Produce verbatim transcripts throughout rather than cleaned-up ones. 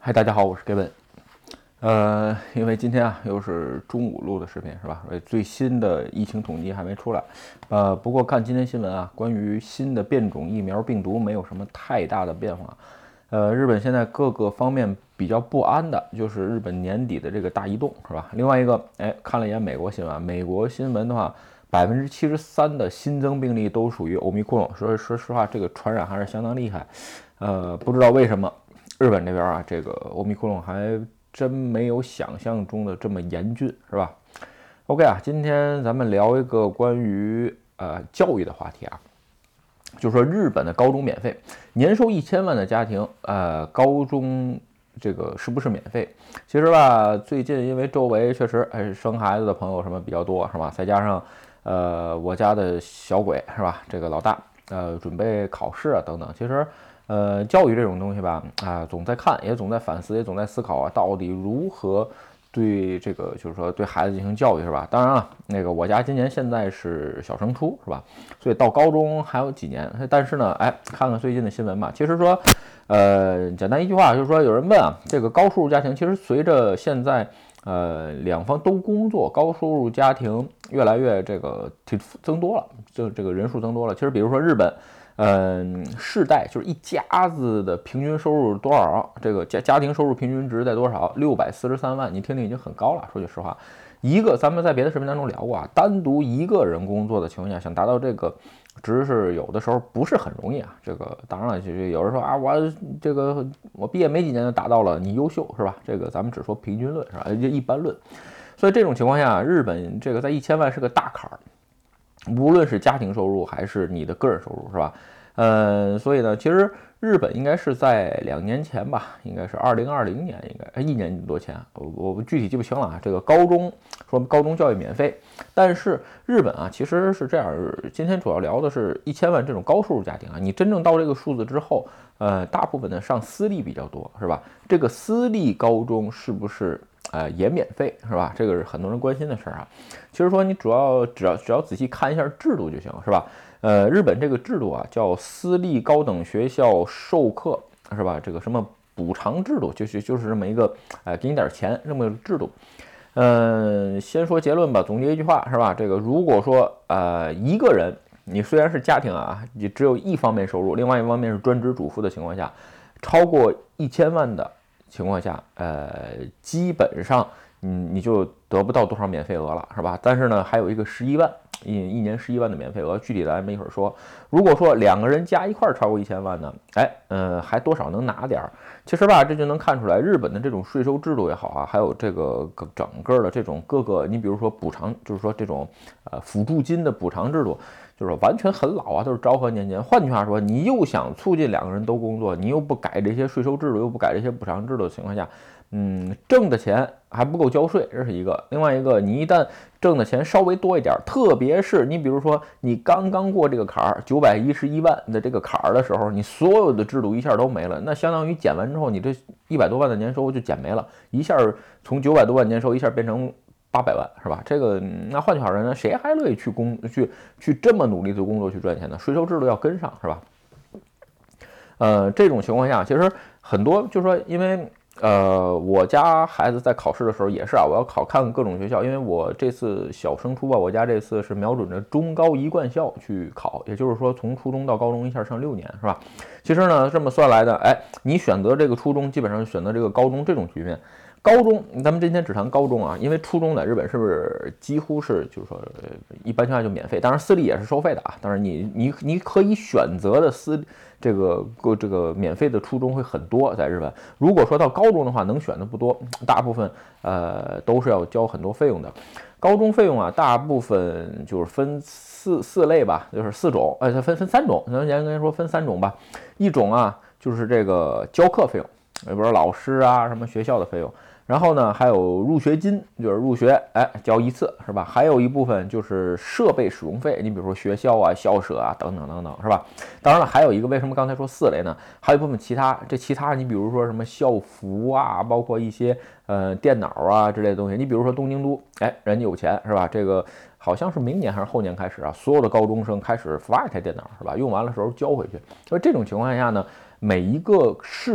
嗨，大家好，我是 Gavin。呃，因为今天啊又是中午录的视频是吧？所以最新的疫情统计还没出来。呃，不过看今天新闻啊，关于新的变种疫苗病毒没有什么太大的变化。呃，日本现在各个方面比较不安的就是日本年底的这个大移动是吧？另外一个，哎，看了一眼美国新闻，美国新闻的话，百分之七十三的新增病例都属于欧米克戎，所以说实话，这个传染还是相当厉害。呃，不知道为什么。日本这边啊，这个欧米克戎还真没有想象中的这么严峻，是吧 ？OK 啊，今天咱们聊一个关于呃教育的话题啊，就说日本的高中免费，年收一千万的家庭，呃，高中这个是不是免费？其实吧，最近因为周围确实哎生孩子的朋友什么比较多，是吧？再加上呃我家的小鬼是吧，这个老大呃准备考试啊等等，其实。呃，教育这种东西吧，啊，总在看，也总在反思，也总在思考啊，到底如何对这个，就是说对孩子进行教育，是吧？当然了，那个我家今年现在是小升初，是吧？所以到高中还有几年，但是呢，哎，看看最近的新闻吧。其实说，呃，简单一句话就是说，有人问啊，这个高收入家庭，其实随着现在呃两方都工作，高收入家庭越来越这个增多了，就这个人数增多了。其实比如说日本。嗯，世代就是一家子的平均收入多少？这个家家庭收入平均值在多少？六百四十三万，你听听已经很高了。说句实话，一个咱们在别的视频当中聊过啊，单独一个人工作的情况下，想达到这个值是有的时候不是很容易啊。这个当然了，就是有人说啊，我这个我毕业没几年就达到了，你优秀是吧？这个咱们只说平均论是吧？就一般论。所以这种情况下，日本这个在一千万是个大坎儿。无论是家庭收入还是你的个人收入，是吧？呃，所以呢，其实日本应该是在两年前吧，应该是二零二零年，应该一年多前，我我具体记不清了啊。这个高中说高中教育免费，但是日本啊，其实是这样。今天主要聊的是一千万这种高收入家庭啊，你真正到这个数字之后，呃，大部分的上私立比较多，是吧？这个私立高中是不是？呃，也免费是吧？这个是很多人关心的事儿啊。其实说你主要只要只要仔细看一下制度就行，是吧？呃，日本这个制度啊叫私立高等学校授课，是吧？这个什么补偿制度，就是就是这么一个，呃，给你点钱这么个制度。嗯、呃，先说结论吧，总结一句话是吧？这个如果说呃一个人你虽然是家庭啊，你只有一方面收入，另外一方面是专职主妇的情况下，超过一千万的。情况下，呃，基本上，嗯，你就得不到多少免费额了，是吧？但是呢，还有一个十一万，一一年十一万的免费额，具体的咱们一会儿说。如果说两个人加一块超过一千万呢，哎，呃，还多少能拿点儿。其实吧，这就能看出来日本的这种税收制度也好啊，还有这个整个的这种各个，你比如说补偿，就是说这种呃辅助金的补偿制度。就是完全很老啊，都是昭和年间。换句话说，你又想促进两个人都工作，你又不改这些税收制度，又不改这些补偿制度的情况下，嗯，挣的钱还不够交税，这是一个。另外一个，你一旦挣的钱稍微多一点，特别是你比如说你刚刚过这个坎儿九百一十一万的这个坎儿的时候，你所有的制度一下都没了，那相当于减完之后，你这一百多万的年收入就减没了，一下从九百多万年收一下变成。八百万是吧？这个那换句话说呢，谁还乐意去工去去这么努力的工作去赚钱呢？税收制度要跟上是吧？呃，这种情况下，其实很多就是说，因为呃，我家孩子在考试的时候也是啊，我要考看各种学校，因为我这次小升初吧，我家这次是瞄准着中高一贯校去考，也就是说从初中到高中一下上六年是吧？其实呢，这么算来的，哎，你选择这个初中，基本上选择这个高中这种局面。高中，咱们今天只谈高中啊，因为初中在日本是不是几乎是就是说，一般情况下就免费，当然私立也是收费的啊。当然你你你可以选择的私这个这个免费的初中会很多，在日本。如果说到高中的话，能选的不多，大部分呃都是要交很多费用的。高中费用啊，大部分就是分四四类吧，就是四种，呃，分分三种，咱严格说分三种吧。一种啊，就是这个教课费用，比如说老师啊，什么学校的费用。然后呢，还有入学金，就是入学，哎，交一次是吧？还有一部分就是设备使用费，你比如说学校啊、校舍啊等等等等，是吧？当然了，还有一个，为什么刚才说四类呢？还有一部分其他，这其他你比如说什么校服啊，包括一些呃电脑啊之类的东西。你比如说东京都，哎，人家有钱是吧？这个好像是明年还是后年开始啊，所有的高中生开始发一台电脑是吧？用完了时候交回去。所以这种情况下呢，每一个市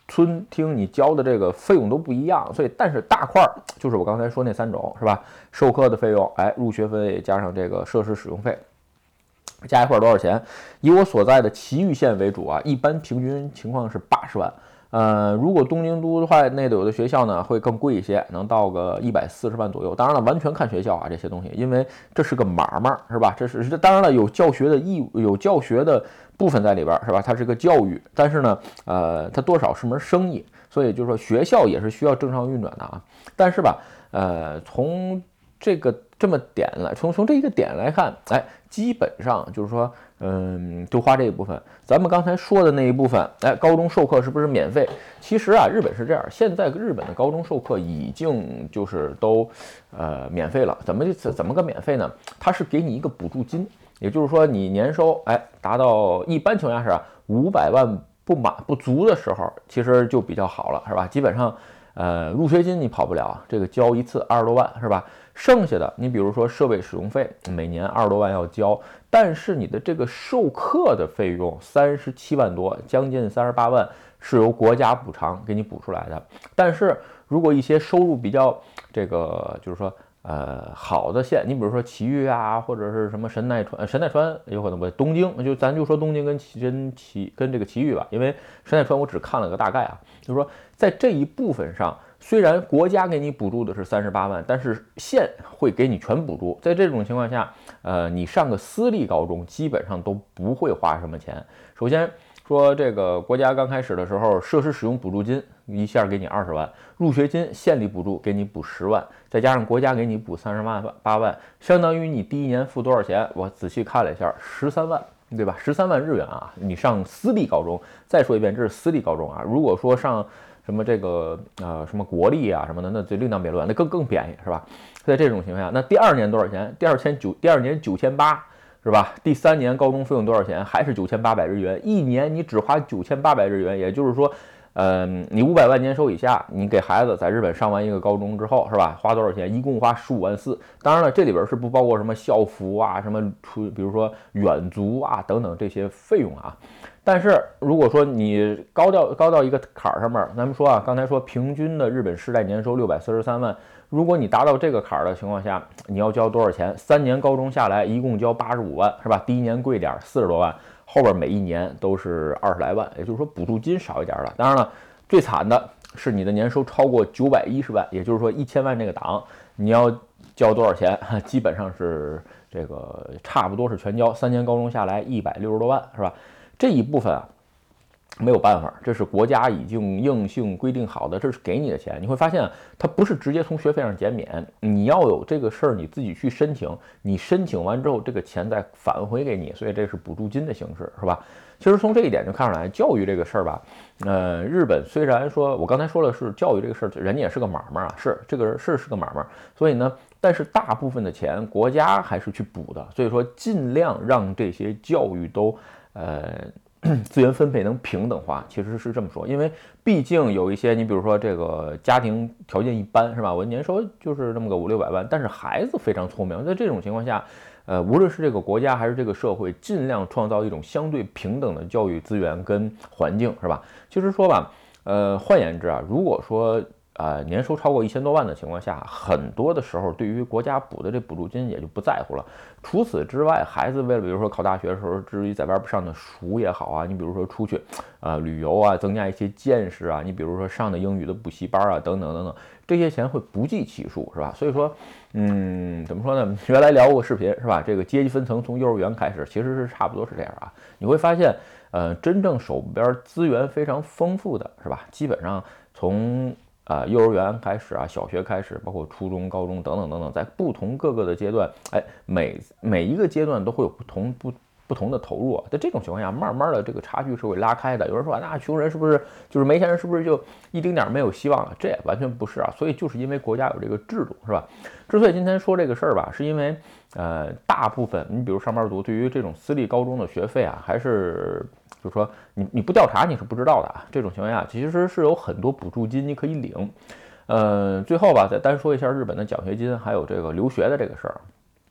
村厅你交的这个费用都不一样，所以但是大块就是我刚才说那三种是吧？授课的费用，哎，入学费加上这个设施使用费，加一块多少钱？以我所在的祁玉县为主啊，一般平均情况是八十万。呃，如果东京都的话，那有的学校呢会更贵一些，能到个一百四十万左右。当然了，完全看学校啊，这些东西，因为这是个买卖，是吧？这是这当然了，有教学的义务，有教学的部分在里边，是吧？它是个教育，但是呢，呃，它多少是门生意，所以就是说学校也是需要正常运转的啊。但是吧，呃，从这个这么点来，从从这一个点来看，哎，基本上就是说，嗯，就花这一部分。咱们刚才说的那一部分，哎，高中授课是不是免费？其实啊，日本是这样，现在日本的高中授课已经就是都呃免费了。怎么怎么个免费呢？它是给你一个补助金，也就是说你年收哎达到一般情况下是五百万不满不足的时候，其实就比较好了，是吧？基本上。呃，入学金你跑不了，这个交一次二十多万是吧？剩下的你比如说设备使用费，每年二十多万要交，但是你的这个授课的费用三十七万多，将近三十八万是由国家补偿给你补出来的。但是如果一些收入比较这个就是说呃好的县，你比如说埼玉啊，或者是什么神奈川，神奈川有可能不东京，就咱就说东京跟跟岐跟这个埼玉吧，因为神奈川我只看了个大概啊，就是说。在这一部分上，虽然国家给你补助的是三十八万，但是县会给你全补助。在这种情况下，呃，你上个私立高中基本上都不会花什么钱。首先说这个国家刚开始的时候，设施使用补助金一下给你二十万，入学金县里补助给你补十万，再加上国家给你补三十万八万，相当于你第一年付多少钱？我仔细看了一下，十三万。对吧？十三万日元啊！你上私立高中，再说一遍，这是私立高中啊。如果说上什么这个呃什么国立啊什么的，那就另当别论，那更更便宜是吧？在这种情况下，那第二年多少钱？第二千九，第二年九千八是吧？第三年高中费用多少钱？还是九千八百日元，一年你只花九千八百日元，也就是说。嗯，你五百万年收以下，你给孩子在日本上完一个高中之后，是吧？花多少钱？一共花十五万四。当然了，这里边是不包括什么校服啊，什么出，比如说远足啊等等这些费用啊。但是如果说你高到高到一个坎儿上面，咱们说啊，刚才说平均的日本世代年收六百四十三万，如果你达到这个坎儿的情况下，你要交多少钱？三年高中下来一共交八十五万，是吧？第一年贵点，四十多万。后边每一年都是二十来万，也就是说补助金少一点了。当然了，最惨的是你的年收超过九百一十万，也就是说一千万这个档，你要交多少钱？基本上是这个差不多是全交，三年高中下来一百六十多万，是吧？这一部分啊。没有办法，这是国家已经硬性规定好的，这是给你的钱。你会发现，它不是直接从学费上减免，你要有这个事儿，你自己去申请，你申请完之后，这个钱再返回给你，所以这是补助金的形式，是吧？其实从这一点就看出来，教育这个事儿吧，呃，日本虽然说我刚才说了是教育这个事儿，人家也是个买卖啊，是这个是是个买卖，所以呢，但是大部分的钱国家还是去补的，所以说尽量让这些教育都呃。资源分配能平等化，其实是这么说，因为毕竟有一些，你比如说这个家庭条件一般，是吧？我年收就是这么个五六百万，但是孩子非常聪明，在这种情况下，呃，无论是这个国家还是这个社会，尽量创造一种相对平等的教育资源跟环境，是吧？其实说吧，呃，换言之啊，如果说呃，年收超过一千多万的情况下，很多的时候对于国家补的这补助金也就不在乎了。除此之外，孩子为了比如说考大学的时候，至于在外边上的书也好啊，你比如说出去呃旅游啊，增加一些见识啊，你比如说上的英语的补习班啊，等等等等，这些钱会不计其数，是吧？所以说，嗯，怎么说呢？原来聊过视频是吧？这个阶级分层从幼儿园开始，其实是差不多是这样啊。你会发现，呃，真正手边资源非常丰富的是吧？基本上从啊、呃，幼儿园开始啊，小学开始，包括初中、高中等等等等，在不同各个的阶段，哎，每每一个阶段都会有不同不不同的投入啊。在这种情况下，慢慢的这个差距是会拉开的。有人说，那穷人是不是就是没钱人是不是就一丁点没有希望了？这也完全不是啊。所以就是因为国家有这个制度，是吧？之所以今天说这个事儿吧，是因为呃，大部分你比如上班族对于这种私立高中的学费啊，还是。就是说你你不调查你是不知道的啊，这种情况下其实是有很多补助金你可以领。呃，最后吧，再单说一下日本的奖学金还有这个留学的这个事儿。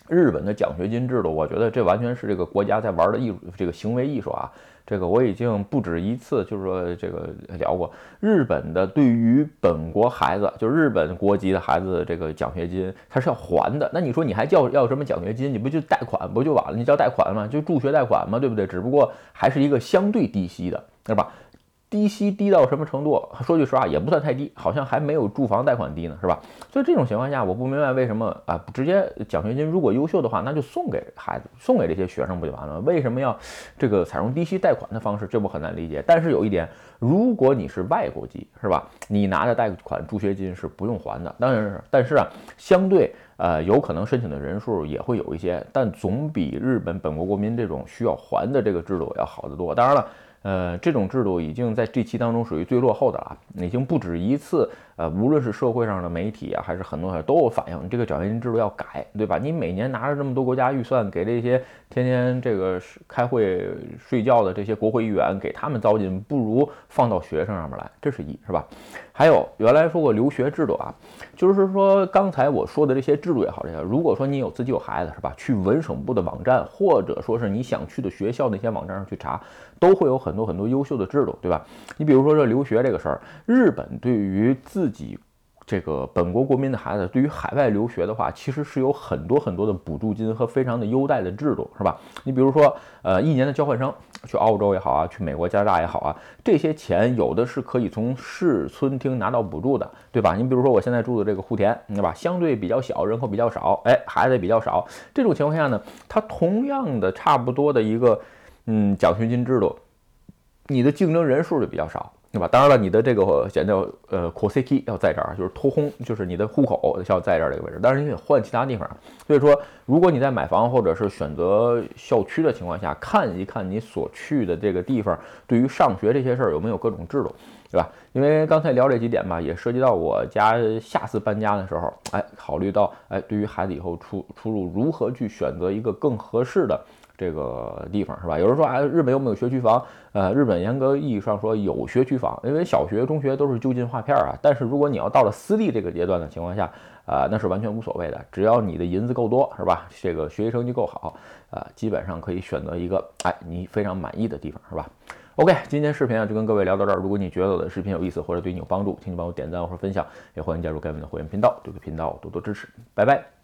日本的奖学金制度，我觉得这完全是这个国家在玩的艺术，这个行为艺术啊。这个我已经不止一次就是说这个聊过，日本的对于本国孩子，就是日本国籍的孩子的这个奖学金，它是要还的。那你说你还叫要什么奖学金？你不就贷款不就完了？你叫贷款吗？就助学贷款嘛，对不对？只不过还是一个相对低息的，对吧？低息低到什么程度？说句实话，也不算太低，好像还没有住房贷款低呢，是吧？所以这种情况下，我不明白为什么啊，直接奖学金如果优秀的话，那就送给孩子，送给这些学生不就完了？为什么要这个采用低息贷款的方式？这我很难理解。但是有一点，如果你是外国籍，是吧？你拿的贷款助学金是不用还的，当然是，但是啊，相对呃有可能申请的人数也会有一些，但总比日本本国国民这种需要还的这个制度要好得多。当然了。呃，这种制度已经在这期当中属于最落后的了，已经不止一次，呃，无论是社会上的媒体啊，还是很多人都有反映，这个奖学金制度要改，对吧？你每年拿着这么多国家预算给这些天天这个开会睡觉的这些国会议员，给他们糟践，不如放到学生上面来，这是一，是吧？还有原来说过留学制度啊，就是说刚才我说的这些制度也好，这些如果说你有自己有孩子，是吧？去文省部的网站，或者说是你想去的学校那些网站上去查，都会有很多很多优秀的制度，对吧？你比如说这留学这个事儿，日本对于自己这个本国国民的孩子，对于海外留学的话，其实是有很多很多的补助金和非常的优待的制度，是吧？你比如说，呃，一年的交换生去澳洲也好啊，去美国、加拿大也好啊，这些钱有的是可以从市村町拿到补助的，对吧？你比如说我现在住的这个户田，对吧？相对比较小，人口比较少，哎，孩子也比较少，这种情况下呢，它同样的差不多的一个嗯奖学金制度，你的竞争人数就比较少。对吧？当然了，你的这个简叫呃 koseki 要在这儿，就是托轰，就是你的户口要在这儿这个位置。但是你得换其他地方。所以说，如果你在买房或者是选择校区的情况下，看一看你所去的这个地方对于上学这些事儿有没有各种制度，对吧？因为刚才聊这几点吧，也涉及到我家下次搬家的时候，哎，考虑到哎，对于孩子以后出出入如何去选择一个更合适的。这个地方是吧？有人说啊，日本有没有学区房？呃，日本严格意义上说有学区房，因为小学、中学都是就近划片啊。但是如果你要到了私立这个阶段的情况下，啊、呃，那是完全无所谓的，只要你的银子够多，是吧？这个学习成绩够好，啊、呃，基本上可以选择一个哎你非常满意的地方，是吧 ？OK， 今天视频啊就跟各位聊到这儿。如果你觉得我的视频有意思或者对你有帮助，请你帮我点赞或者分享，也欢迎加入盖文的会员频道，对个频道多多支持。拜拜。